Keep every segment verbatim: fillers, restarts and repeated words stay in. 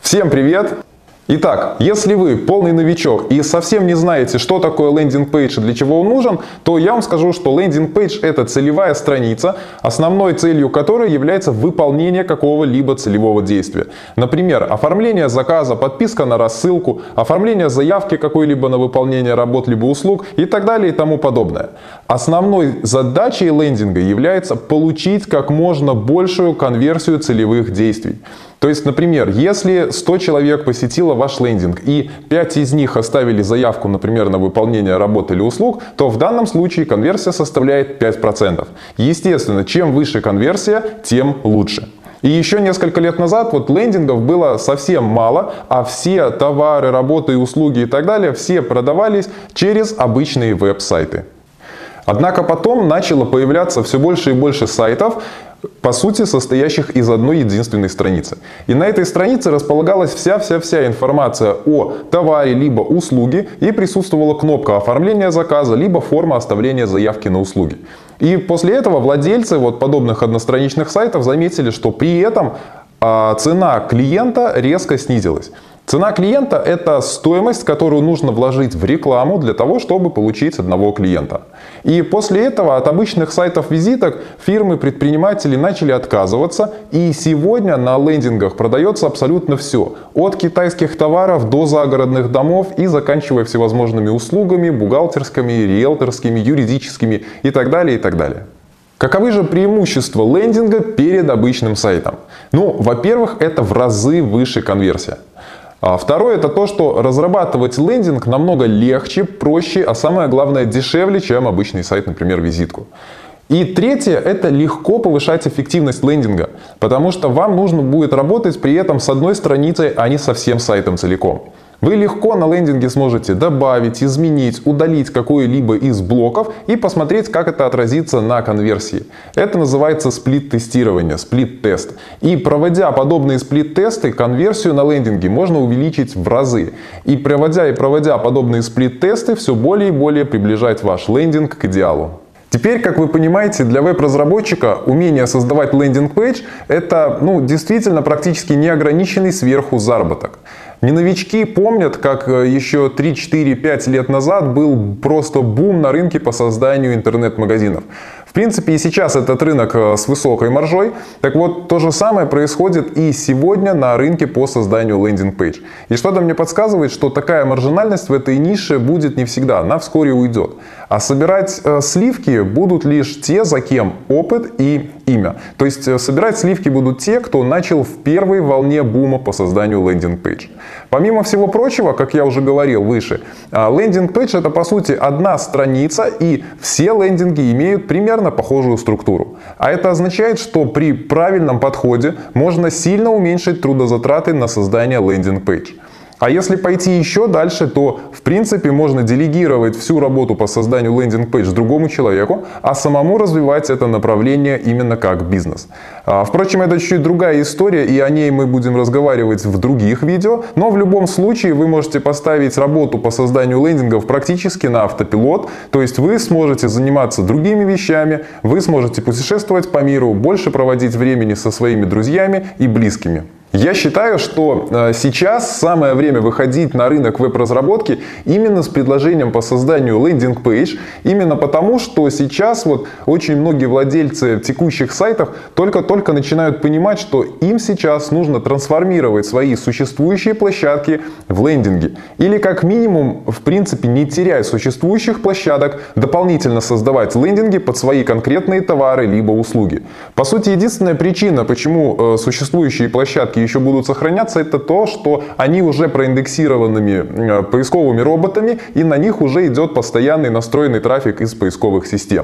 Всем привет! Итак, если вы полный новичок и совсем не знаете, что такое лендинг-пейдж и для чего он нужен, то я вам скажу, что лендинг-пейдж — это целевая страница, основной целью которой является выполнение какого-либо целевого действия. Например, оформление заказа, подписка на рассылку, оформление заявки какой-либо на выполнение работ либо услуг и так далее и тому подобное. Основной задачей лендинга является получить как можно большую конверсию целевых действий. То есть, например, если сто человек посетило ваш лендинг и пять из них оставили заявку, например, на выполнение работы или услуг, то в данном случае конверсия составляет пять процентов. Естественно, чем выше конверсия, тем лучше. И еще несколько лет назад вот лендингов было совсем мало, а все товары, работы, услуги и так далее, все продавались через обычные веб-сайты. Однако потом начало появляться все больше и больше сайтов, по сути состоящих из одной единственной страницы. И на этой странице располагалась вся-вся-вся информация о товаре либо услуге, и присутствовала кнопка оформления заказа либо форма оставления заявки на услуги. И после этого владельцы вот подобных одностраничных сайтов заметили, что при этом а, цена клиента резко снизилась. Цена клиента — это стоимость, которую нужно вложить в рекламу для того, чтобы получить одного клиента. И после этого от обычных сайтов-визиток фирмы-предприниматели начали отказываться, и сегодня на лендингах продается абсолютно все. От китайских товаров до загородных домов и заканчивая всевозможными услугами, бухгалтерскими, риэлторскими, юридическими и так далее, и так далее. Каковы же преимущества лендинга перед обычным сайтом? Ну, во-первых, это в разы выше конверсия. А второе — это то, что разрабатывать лендинг намного легче, проще, а самое главное дешевле, чем обычный сайт, например, визитку. И третье — это легко повышать эффективность лендинга, потому что вам нужно будет работать при этом с одной страницей, а не со всем сайтом целиком. Вы легко на лендинге сможете добавить, изменить, удалить какой-либо из блоков и посмотреть, как это отразится на конверсии. Это называется сплит-тестирование, сплит-тест. И проводя подобные сплит-тесты, конверсию на лендинге можно увеличить в разы. И проводя и проводя подобные сплит-тесты, все более и более приближать ваш лендинг к идеалу. Теперь, как вы понимаете, для веб-разработчика умение создавать лендинг-пейдж — это ну, действительно практически неограниченный сверху заработок. Не новички помнят, как еще три, четыре, пять лет назад был просто бум на рынке по созданию интернет-магазинов. В принципе, и сейчас этот рынок с высокой маржой. Так вот, то же самое происходит и сегодня на рынке по созданию лендинг-пейдж. И что-то мне подсказывает, что такая маржинальность в этой нише будет не всегда, она вскоре уйдет. А собирать э, сливки будут лишь те, за кем опыт и имя. То есть э, собирать сливки будут те, кто начал в первой волне бума по созданию лендинг-пейдж. Помимо всего прочего, как я уже говорил выше, лендинг-пейдж — это по сути одна страница, и все лендинги имеют примерно похожую структуру. А это означает, что при правильном подходе можно сильно уменьшить трудозатраты на создание лендинг-пейдж. А если пойти еще дальше, то в принципе можно делегировать всю работу по созданию лендинг-пейдж другому человеку, а самому развивать это направление именно как бизнес. Впрочем, это чуть-чуть другая история, и о ней мы будем разговаривать в других видео, но в любом случае вы можете поставить работу по созданию лендингов практически на автопилот, то есть вы сможете заниматься другими вещами, вы сможете путешествовать по миру, больше проводить времени со своими друзьями и близкими. Я считаю, что сейчас самое время выходить на рынок веб-разработки именно с предложением по созданию лендинг-пейдж, именно потому, что сейчас вот очень многие владельцы текущих сайтов только-только начинают понимать, что им сейчас нужно трансформировать свои существующие площадки в лендинги. Или как минимум, в принципе, не теряя существующих площадок, дополнительно создавать лендинги под свои конкретные товары либо услуги. По сути, единственная причина, почему существующие площадки еще будут сохраняться, это то, что они уже проиндексированными поисковыми роботами, и на них уже идет постоянный настроенный трафик из поисковых систем.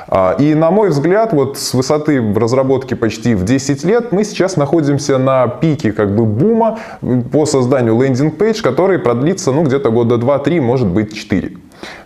И на мой взгляд, вот с высоты разработки почти в десять лет мы сейчас находимся на пике как бы бума по созданию лендинг-пейдж, который продлится ну, где-то года два-три, может быть четыре.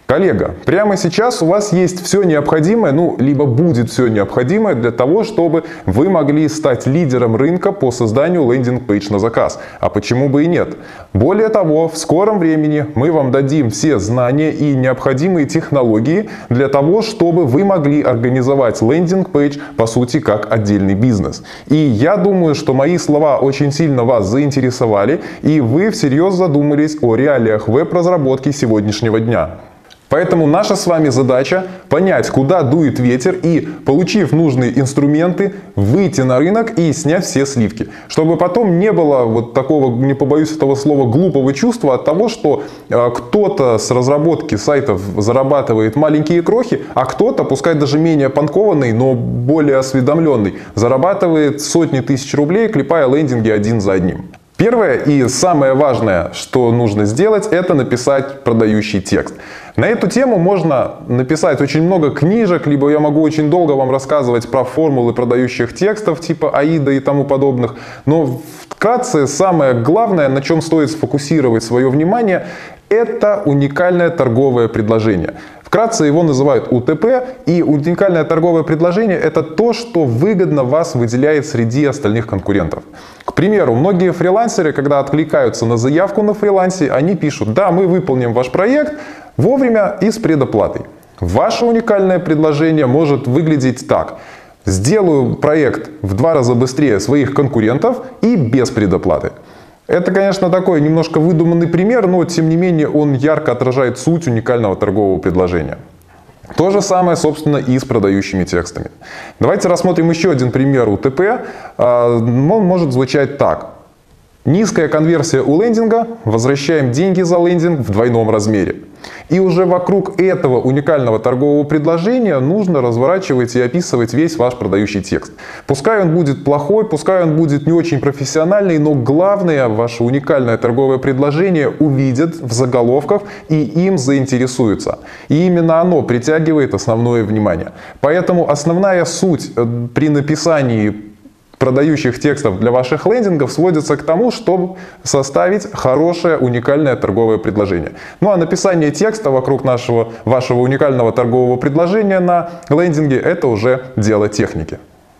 Коллега, прямо сейчас у вас есть все необходимое, ну, либо будет все необходимое для того, чтобы вы могли стать лидером рынка по созданию лендинг-пейдж на заказ. А почему бы и нет? Более того, в скором времени мы вам дадим все знания и необходимые технологии для того, чтобы вы могли организовать лендинг-пейдж, по сути, как отдельный бизнес. И я думаю, что мои слова очень сильно вас заинтересовали, и вы всерьез задумались о реалиях веб-разработки сегодняшнего дня. Поэтому наша с вами задача понять, куда дует ветер, и, получив нужные инструменты, выйти на рынок и снять все сливки. Чтобы потом не было вот такого, не побоюсь этого слова, глупого чувства от того, что э, кто-то с разработки сайтов зарабатывает маленькие крохи, а кто-то, пускай даже менее панкованный, но более осведомленный, зарабатывает сотни тысяч рублей, клепая лендинги один за одним. Первое и самое важное, что нужно сделать, это написать продающий текст. На эту тему можно написать очень много книжек, либо я могу очень долго вам рассказывать про формулы продающих текстов типа аида и тому подобных. Но вкратце самое главное, на чем стоит сфокусировать свое внимание, это уникальное торговое предложение. Вкратце его называют У Т П, и уникальное торговое предложение – это то, что выгодно вас выделяет среди остальных конкурентов. К примеру, многие фрилансеры, когда откликаются на заявку на фрилансе, они пишут: да, мы выполним ваш проект вовремя и с предоплатой. Ваше уникальное предложение может выглядеть так: сделаю проект в два раза быстрее своих конкурентов и без предоплаты. Это, конечно, такой немножко выдуманный пример, но тем не менее он ярко отражает суть уникального торгового предложения. То же самое, собственно, и с продающими текстами. Давайте рассмотрим еще один пример У Т П. Он может звучать так. Низкая конверсия у лендинга, возвращаем деньги за лендинг в двойном размере. И уже вокруг этого уникального торгового предложения нужно разворачивать и описывать весь ваш продающий текст. Пускай он будет плохой, пускай он будет не очень профессиональный, но главное, ваше уникальное торговое предложение увидят в заголовках и им заинтересуются. И именно оно притягивает основное внимание. Поэтому основная суть при написании продающих текстов для ваших лендингов сводится к тому, чтобы составить хорошее уникальное торговое предложение. Ну а написание текста вокруг нашего, вашего уникального торгового предложения на лендинге – это уже дело техники.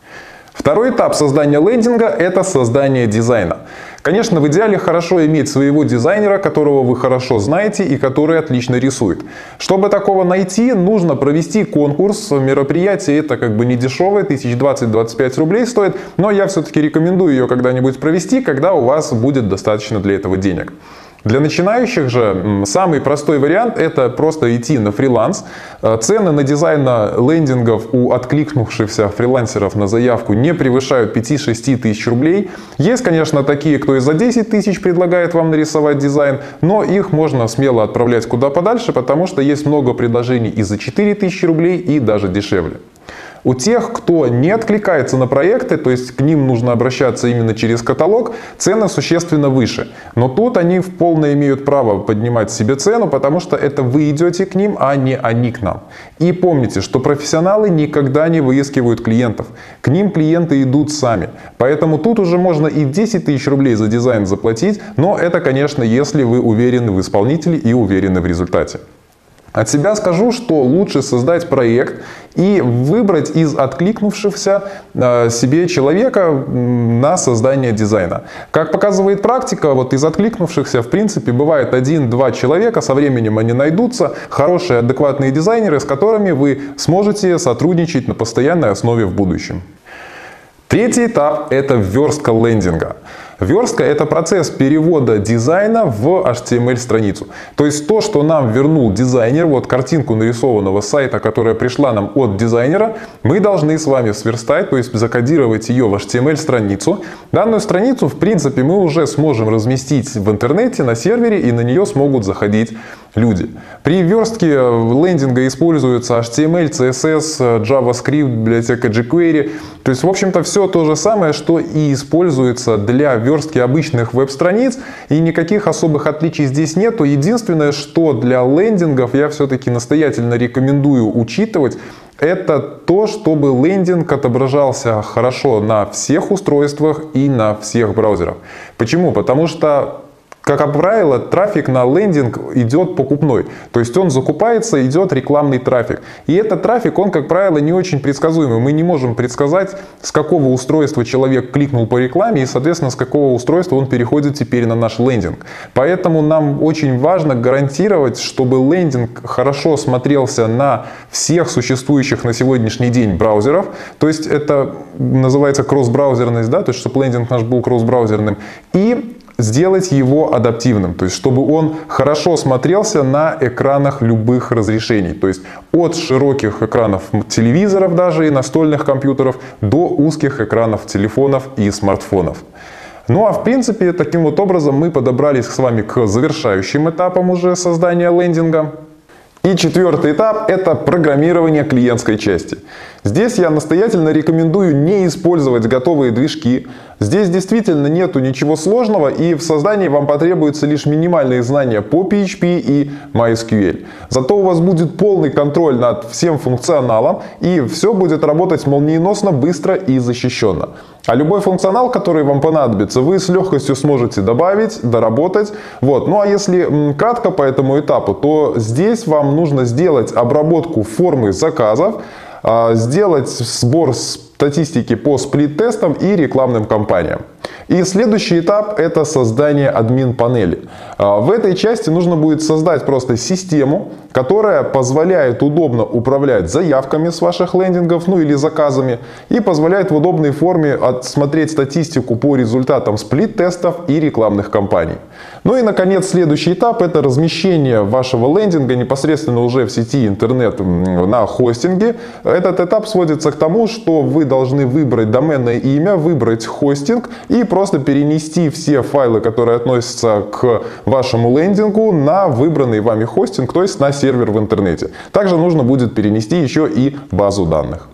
Второй этап создания лендинга – это создание дизайна. Конечно, в идеале хорошо иметь своего дизайнера, которого вы хорошо знаете и который отлично рисует. Чтобы такого найти, нужно провести конкурс. Мероприятие это как бы не дешевое, тысяч двадцать-двадцать пять рублей стоит, но я все-таки рекомендую ее когда-нибудь провести, когда у вас будет достаточно для этого денег. Для начинающих же самый простой вариант – это просто идти на фриланс. Цены на дизайн лендингов у откликнувшихся фрилансеров на заявку не превышают пяти-шести тысяч рублей. Есть, конечно, такие, кто и за десять тысяч предлагает вам нарисовать дизайн, но их можно смело отправлять куда подальше, потому что есть много предложений и за четыре тысячи рублей, и даже дешевле. У тех, кто не откликается на проекты, то есть к ним нужно обращаться именно через каталог, цены существенно выше. Но тут они в полное имеют право поднимать себе цену, потому что это вы идете к ним, а не они к нам. И помните, что профессионалы никогда не выискивают клиентов. К ним клиенты идут сами. Поэтому тут уже можно и десять тысяч рублей за дизайн заплатить, но это, конечно, если вы уверены в исполнителе и уверены в результате. От себя скажу, что лучше создать проект и выбрать из откликнувшихся себе человека на создание дизайна. Как показывает практика, вот из откликнувшихся в принципе бывает один-два человека, со временем они найдутся, хорошие адекватные дизайнеры, с которыми вы сможете сотрудничать на постоянной основе в будущем. Третий этап – это верстка лендинга. Верстка – это процесс перевода дизайна в эйч ти эм эль-страницу. То есть то, что нам вернул дизайнер, вот картинку нарисованного сайта, которая пришла нам от дизайнера, мы должны с вами сверстать, то есть закодировать ее в эйч ти эм эль-страницу. Данную страницу, в принципе, мы уже сможем разместить в интернете, на сервере, и на нее смогут заходить люди. При верстке лендинга используются эйч ти эм эль, си эс эс, JavaScript, библиотека jQuery. То есть, в общем-то, все то же самое, что и используется для верстки обычных веб-страниц. И никаких особых отличий здесь нету. Единственное, что для лендингов я все-таки настоятельно рекомендую учитывать, это то, чтобы лендинг отображался хорошо на всех устройствах и на всех браузерах. Почему? Потому что как правило, трафик на лендинг идет покупной. То есть он закупается, идет рекламный трафик. И этот трафик, он, как правило, не очень предсказуемый. Мы не можем предсказать, с какого устройства человек кликнул по рекламе и, соответственно, с какого устройства он переходит теперь на наш лендинг. Поэтому нам очень важно гарантировать, чтобы лендинг хорошо смотрелся на всех существующих на сегодняшний день браузеров. То есть это называется кросс-браузерность, да, то есть чтобы лендинг наш был кросс-браузерным. И сделать его адаптивным, то есть чтобы он хорошо смотрелся на экранах любых разрешений, то есть от широких экранов телевизоров даже и настольных компьютеров до узких экранов телефонов и смартфонов. Ну а в принципе таким вот образом мы подобрались с вами к завершающим этапам уже создания лендинга. И четвертый этап – это программирование клиентской части. Здесь я настоятельно рекомендую не использовать готовые движки. Здесь действительно нету ничего сложного, и в создании вам потребуются лишь минимальные знания по пи эйч пи и MySQL. Зато у вас будет полный контроль над всем функционалом, и все будет работать молниеносно, быстро и защищенно. А любой функционал, который вам понадобится, вы с легкостью сможете добавить, доработать. Вот. Ну а если кратко по этому этапу, то здесь вам нужно сделать обработку формы заказов, сделать сбор статистики по сплит-тестам и рекламным кампаниям. И следующий этап – это создание админ-панели. В этой части нужно будет создать просто систему, которая позволяет удобно управлять заявками с ваших лендингов, ну или заказами, и позволяет в удобной форме отсмотреть статистику по результатам сплит-тестов и рекламных кампаний. Ну и, наконец, следующий этап – это размещение вашего лендинга непосредственно уже в сети интернет на хостинге. Этот этап сводится к тому, что вы должны выбрать доменное имя, выбрать хостинг и просто перенести все файлы, которые относятся к вашему лендингу, на выбранный вами хостинг, то есть на сервер в интернете. Также нужно будет перенести еще и базу данных.